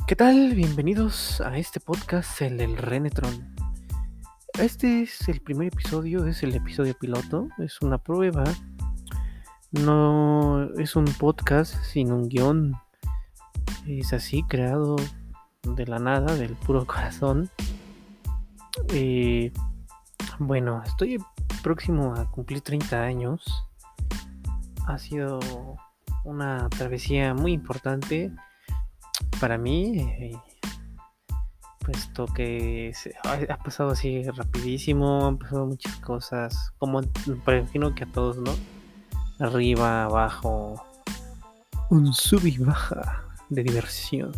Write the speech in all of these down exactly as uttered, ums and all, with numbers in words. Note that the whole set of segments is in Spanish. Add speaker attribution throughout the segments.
Speaker 1: ¿Qué tal? Bienvenidos a este podcast, el del Renetron. Este es el primer episodio, es el episodio piloto, es una prueba. No es un podcast sin un guión. Es así, creado de la nada, del puro corazón. Eh, bueno, estoy próximo a cumplir treinta años. Ha sido una travesía muy importante para mí. Eh, puesto que se, ha, ha pasado así rapidísimo, han pasado muchas cosas, como me imagino que a todos, ¿no? Arriba, abajo, un sub y baja de diversión.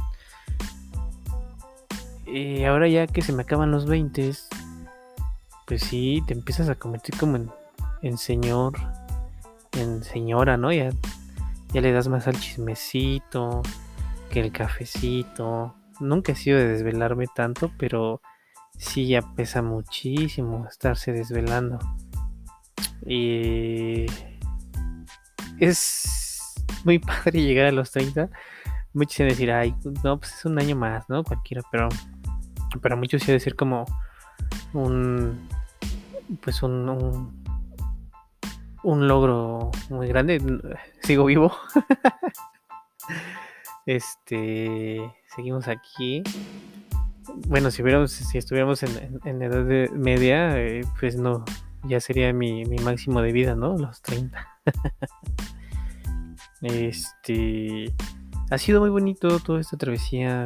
Speaker 1: Y ahora ya que se me acaban los veinte, pues sí, te empiezas a convertir como en, en señor, en señora, ¿no? Ya, ya le das más al chismecito, que el cafecito. Nunca he sido de desvelarme tanto, pero sí ya pesa muchísimo estarse desvelando. Y es muy padre llegar a los treinta. Muchos se decir, ay, no, pues es un año más, ¿no? Cualquiera, pero para muchos sí ha de ser como un, pues un, un, un logro muy grande. Sigo vivo. Este, seguimos aquí. Bueno, si hubiéramos, si estuviéramos en, en, en edad de media, eh, pues no, ya sería mi, mi máximo de vida, ¿no? Los treinta. Este, ha sido muy bonito toda esta travesía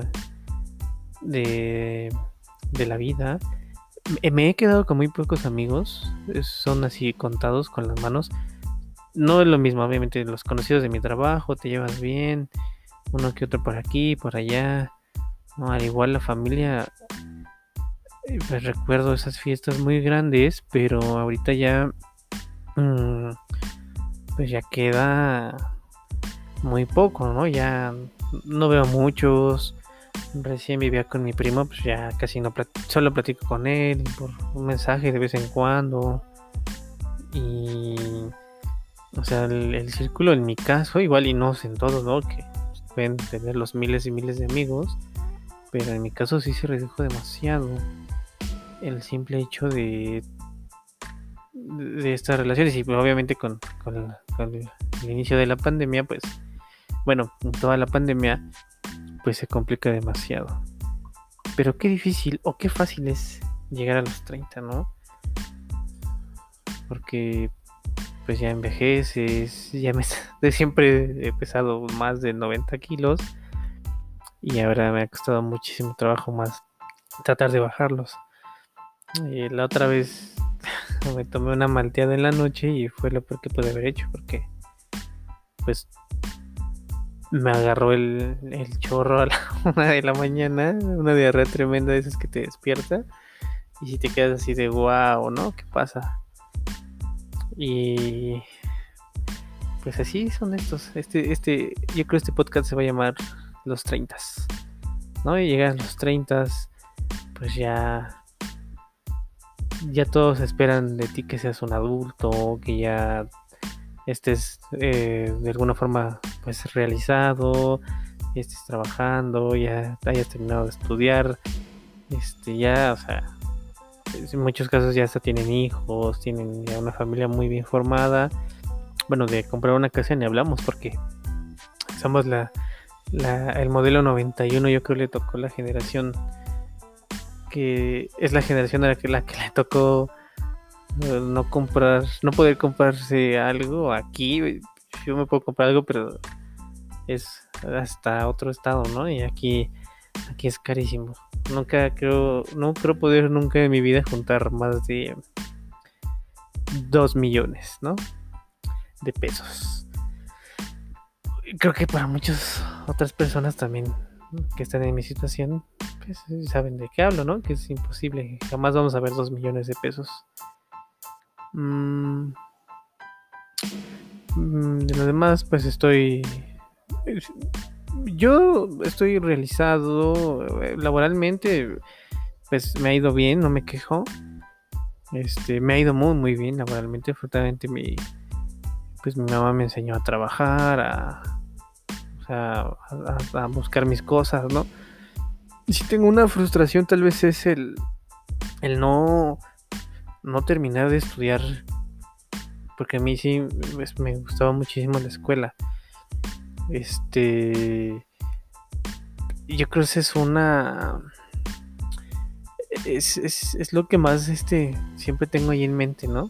Speaker 1: de, de la vida. Me he quedado con muy pocos amigos, son así contados con las manos. No es lo mismo, obviamente, los conocidos de mi trabajo, te llevas bien, uno que otro por aquí, por allá. No, al igual la familia, pues recuerdo esas fiestas muy grandes, pero ahorita ya, mmm, pues ya queda muy poco, ¿no? Ya no veo muchos. Recién vivía con mi primo, pues ya casi no plat- solo platico con él por un mensaje de vez en cuando. Y, o sea, el, el círculo en mi caso, igual y no es en todos, ¿no? Que pueden tener los miles y miles de amigos, pero en mi caso sí se redujo demasiado el simple hecho de de estas relaciones. Y obviamente con, con, con el inicio de la pandemia, pues bueno, toda la pandemia, pues se complica demasiado. Pero qué difícil o qué fácil es llegar a los treinta, ¿no? Porque pues ya envejeces, ya me de siempre he pesado más de noventa kilos y ahora me ha costado muchísimo trabajo más tratar de bajarlos. Y la otra vez me tomé una malteada en la noche y fue lo peor que pude haber hecho, porque pues me agarró el, el chorro a la una de la mañana, una diarrea tremenda de esas que te despierta y si te quedas así de wow, ¿no? ¿Qué pasa? Y pues así son estos. Este, este, yo creo que este podcast se va a llamar Los Treintas, ¿no? Y llegas a los Treintas, pues ya, ya todos esperan de ti que seas un adulto, que ya estés eh, de alguna forma pues realizado, estés trabajando, ya hayas terminado de estudiar, este ya, o sea, en muchos casos ya hasta tienen hijos, tienen ya una familia muy bien formada. Bueno, de comprar una casa ni hablamos, porque somos la, la el modelo noventa y uno, yo creo que le tocó la generación que es la generación a la que, la que le tocó no comprar, no poder comprarse algo aquí. Yo me puedo comprar algo, pero es hasta otro estado, ¿no? Y aquí, aquí es carísimo. Nunca creo, no creo poder nunca en mi vida juntar más de dos millones, ¿no? De pesos. Creo que para muchas otras personas también que están en mi situación, pues saben de qué hablo, ¿no? Que es imposible, jamás vamos a ver dos millones de pesos. Mm, de lo demás, pues estoy... Yo estoy realizado laboralmente, pues me ha ido bien, no me quejo. Este, me ha ido muy muy bien laboralmente. Afortunadamente mi, pues mi mamá me enseñó a trabajar, a, o sea, a, a buscar mis cosas, ¿no? si tengo una frustración, tal vez es el, el no, no terminar de estudiar, porque a mí sí pues, me gustaba muchísimo la escuela. Este, yo creo que esa es una, es, es, es lo que más este, siempre tengo ahí en mente, ¿no?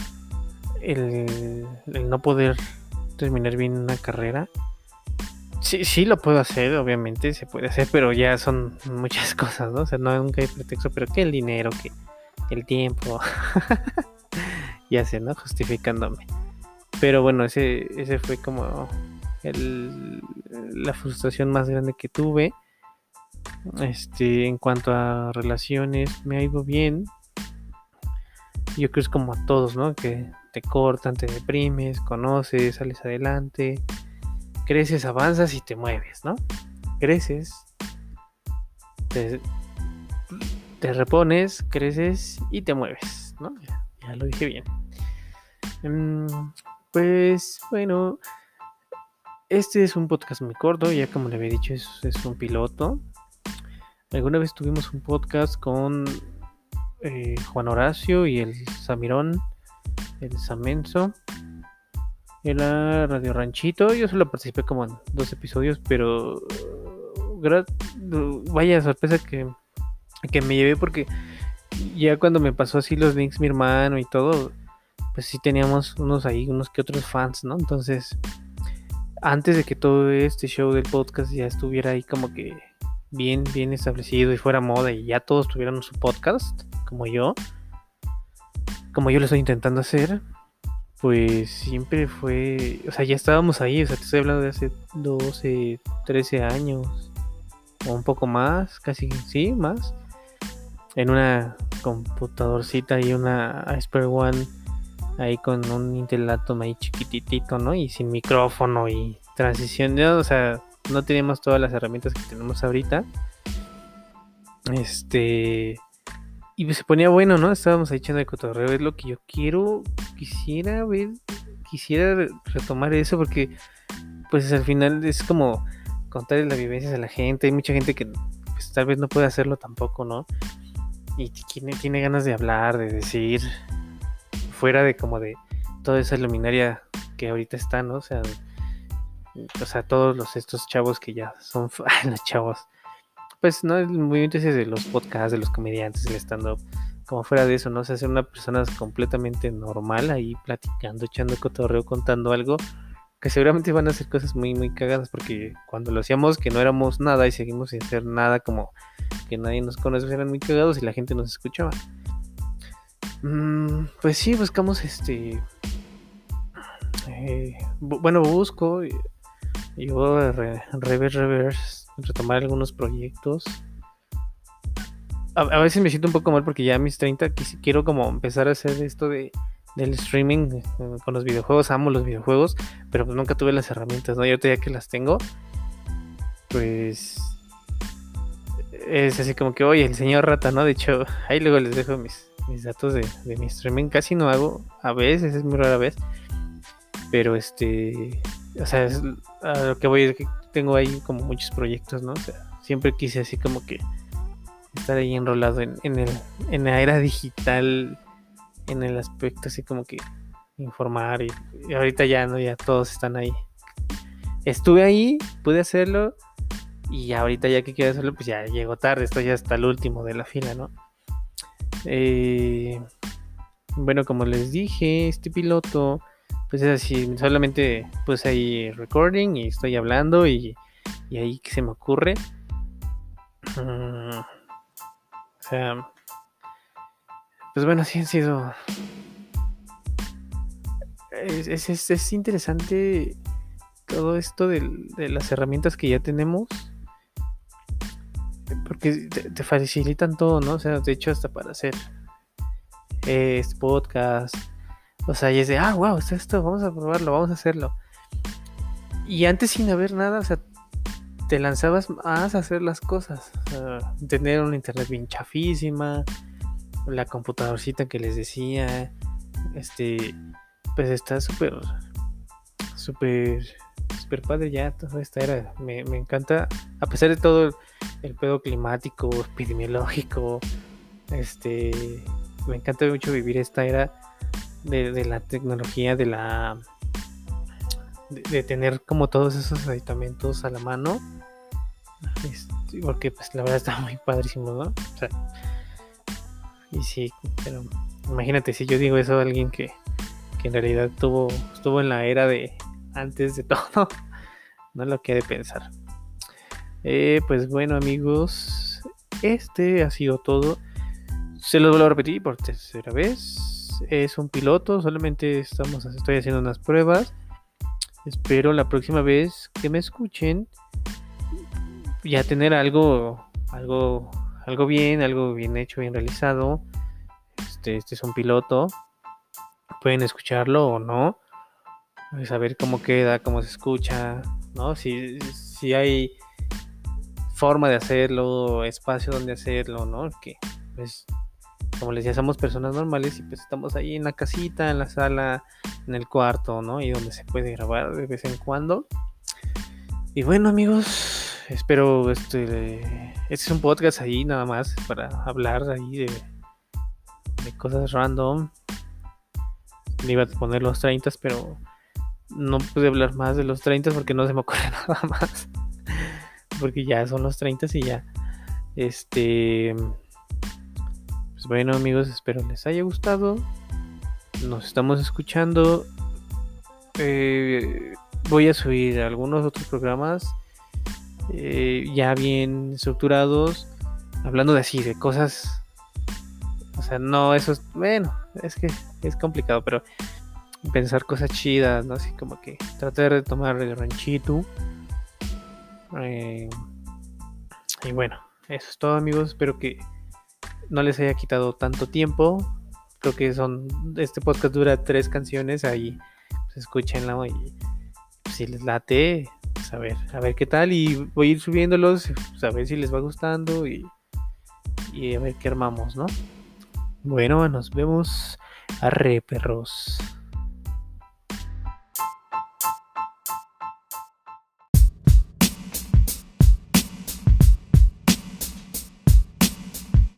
Speaker 1: El, el no poder terminar bien una carrera. Sí, sí lo puedo hacer, obviamente se puede hacer, pero ya son muchas cosas, ¿no? O sea, no nunca hay pretexto, pero que el dinero, que el tiempo, ya sé, ¿no? Justificándome. Pero bueno, ese, ese fue como el, la frustración más grande que tuve. Este, en cuanto a relaciones, me ha ido bien. Yo creo que es como a todos, ¿no? Que te cortan, te deprimes, conoces, sales adelante, creces, avanzas y te mueves, ¿no? Creces, te, te repones, creces y te mueves, ¿no? Ya, ya lo dije bien. Mm, pues bueno, este es un podcast muy corto, ya como le había dicho, es, es un piloto. Alguna vez tuvimos un podcast con eh, Juan Horacio y el Samirón, el Samenso. Era Radio Ranchito, yo solo participé como en dos episodios, pero gra- vaya sorpresa que, que me llevé porque ya cuando me pasó así los links mi hermano y todo, pues sí teníamos unos ahí, unos que otros fans, ¿no? Entonces, antes de que todo este show del podcast ya estuviera ahí como que bien, bien establecido y fuera moda y ya todos tuvieran su podcast, como yo, como yo lo estoy intentando hacer, pues siempre fue, o sea, ya estábamos ahí, o sea, te estoy hablando de hace doce, trece años, o un poco más, casi, sí, más, en una computadorcita y una Aspire One, ahí con un Intel Atom ahí chiquititito, ¿no? Y sin micrófono y transición, ¿no? O sea, no teníamos todas las herramientas que tenemos ahorita. Este... Y pues se ponía bueno, ¿no? Estábamos ahí echando de cotorreo. Es lo que yo quiero, quisiera ver, quisiera retomar eso porque pues al final es como contarle las vivencias a la gente. Hay mucha gente que pues tal vez no puede hacerlo tampoco, ¿no? Y tiene, tiene ganas de hablar, de decir, fuera de como de toda esa luminaria que ahorita está, ¿no? O sea, o sea, todos los estos chavos que ya son los chavos. Pues no, el movimiento ese de los podcasts, de los comediantes, el stand-up, como fuera de eso, ¿no? O sea, ser una persona completamente normal ahí platicando, echando cotorreo, contando algo, que seguramente van a hacer cosas muy, muy cagadas, porque cuando lo hacíamos que no éramos nada y seguimos sin hacer nada, como que nadie nos conoce, eran muy cagados y la gente nos escuchaba. Mm, pues sí, buscamos este... Eh, bu- bueno, busco, yo re, reverse, reverse, retomar algunos proyectos. A, a veces me siento un poco mal porque ya a mis treinta quis, quiero como empezar a hacer esto de del streaming eh, con los videojuegos. Amo los videojuegos, pero pues nunca tuve las herramientas, ¿no? Y ahorita ya que las tengo, pues es así como que, oye, el señor rata, ¿no? De hecho, ahí luego les dejo mis, mis datos de, de mi streaming. Casi no hago, a veces, es muy rara vez, pero este, o sea, es, a lo que voy es que tengo ahí como muchos proyectos, ¿no? O sea, siempre quise así como que estar ahí enrolado en, en, el, en la era digital, en el aspecto así como que informar y, y ahorita ya no, ya todos están ahí. Estuve ahí, pude hacerlo y ahorita ya que quiero hacerlo pues ya llegó tarde, estoy hasta el último de la fila, ¿no? Eh, bueno, como les dije, este piloto pues es así, solamente puse ahí recording y estoy hablando y, y ahí que se me ocurre. Mm, o sea, pues bueno, sí han sido... Es, es, es, es interesante todo esto de, de las herramientas que ya tenemos. Porque te, te facilitan todo, ¿no? O sea, de hecho hasta para hacer eh, este podcast. O sea, y es de, ah, wow, está esto, vamos a probarlo, vamos a hacerlo. Y antes sin haber nada, o sea, te lanzabas más a hacer las cosas. O sea, tener un internet bien chafísima, la computadorcita que les decía, este, pues está súper, súper súper padre ya toda esta era. Me, me encanta, a pesar de todo el, el pedo climático, epidemiológico, este, me encanta mucho vivir esta era de, de la tecnología, de la de, de tener como todos esos aditamentos a la mano. Este, porque pues la verdad está muy padrísimo, ¿no? O sea, y sí, pero imagínate si yo digo eso a alguien que, que en realidad tuvo, estuvo en la era de antes de todo, no lo que ha de pensar. Eh, pues bueno, amigos, este ha sido todo. Se los vuelvo a repetir por tercera vez. Es un piloto, solamente estamos, estoy haciendo unas pruebas. Espero la próxima vez que me escuchen ya tener algo, algo, algo bien, algo bien hecho, bien realizado. Este, este es un piloto. Pueden escucharlo o no. Saber cómo queda, cómo se escucha, ¿no? Si, si hay forma de hacerlo, espacio donde hacerlo, ¿no? Que pues, como les decía, somos personas normales y pues estamos ahí en la casita, en la sala, en el cuarto, ¿no? Y donde se puede grabar de vez en cuando. Y bueno, amigos, espero este, este es un podcast ahí nada más para hablar ahí de, de cosas random. Le iba a poner los treinta, pero no pude hablar más de los treinta porque no se me ocurre nada más. Porque ya son los treinta y ya. Este. Pues bueno, amigos, espero les haya gustado. Nos estamos escuchando. Eh, voy a subir algunos otros programas eh, ya bien estructurados. Hablando de así, de cosas. O sea, no, eso es. Bueno, es que es complicado, pero pensar cosas chidas, ¿no? Así como que tratar de tomar el ranchito. Eh, y bueno, eso es todo, amigos. Espero que no les haya quitado tanto tiempo. Creo que son. Este podcast dura tres canciones. Ahí pues, escúchenlo y si les late, pues, a ver, a ver qué tal. Y voy a ir subiéndolos, pues, a ver si les va gustando y, y a ver qué armamos, ¿no? Bueno, nos vemos. Arre, perros.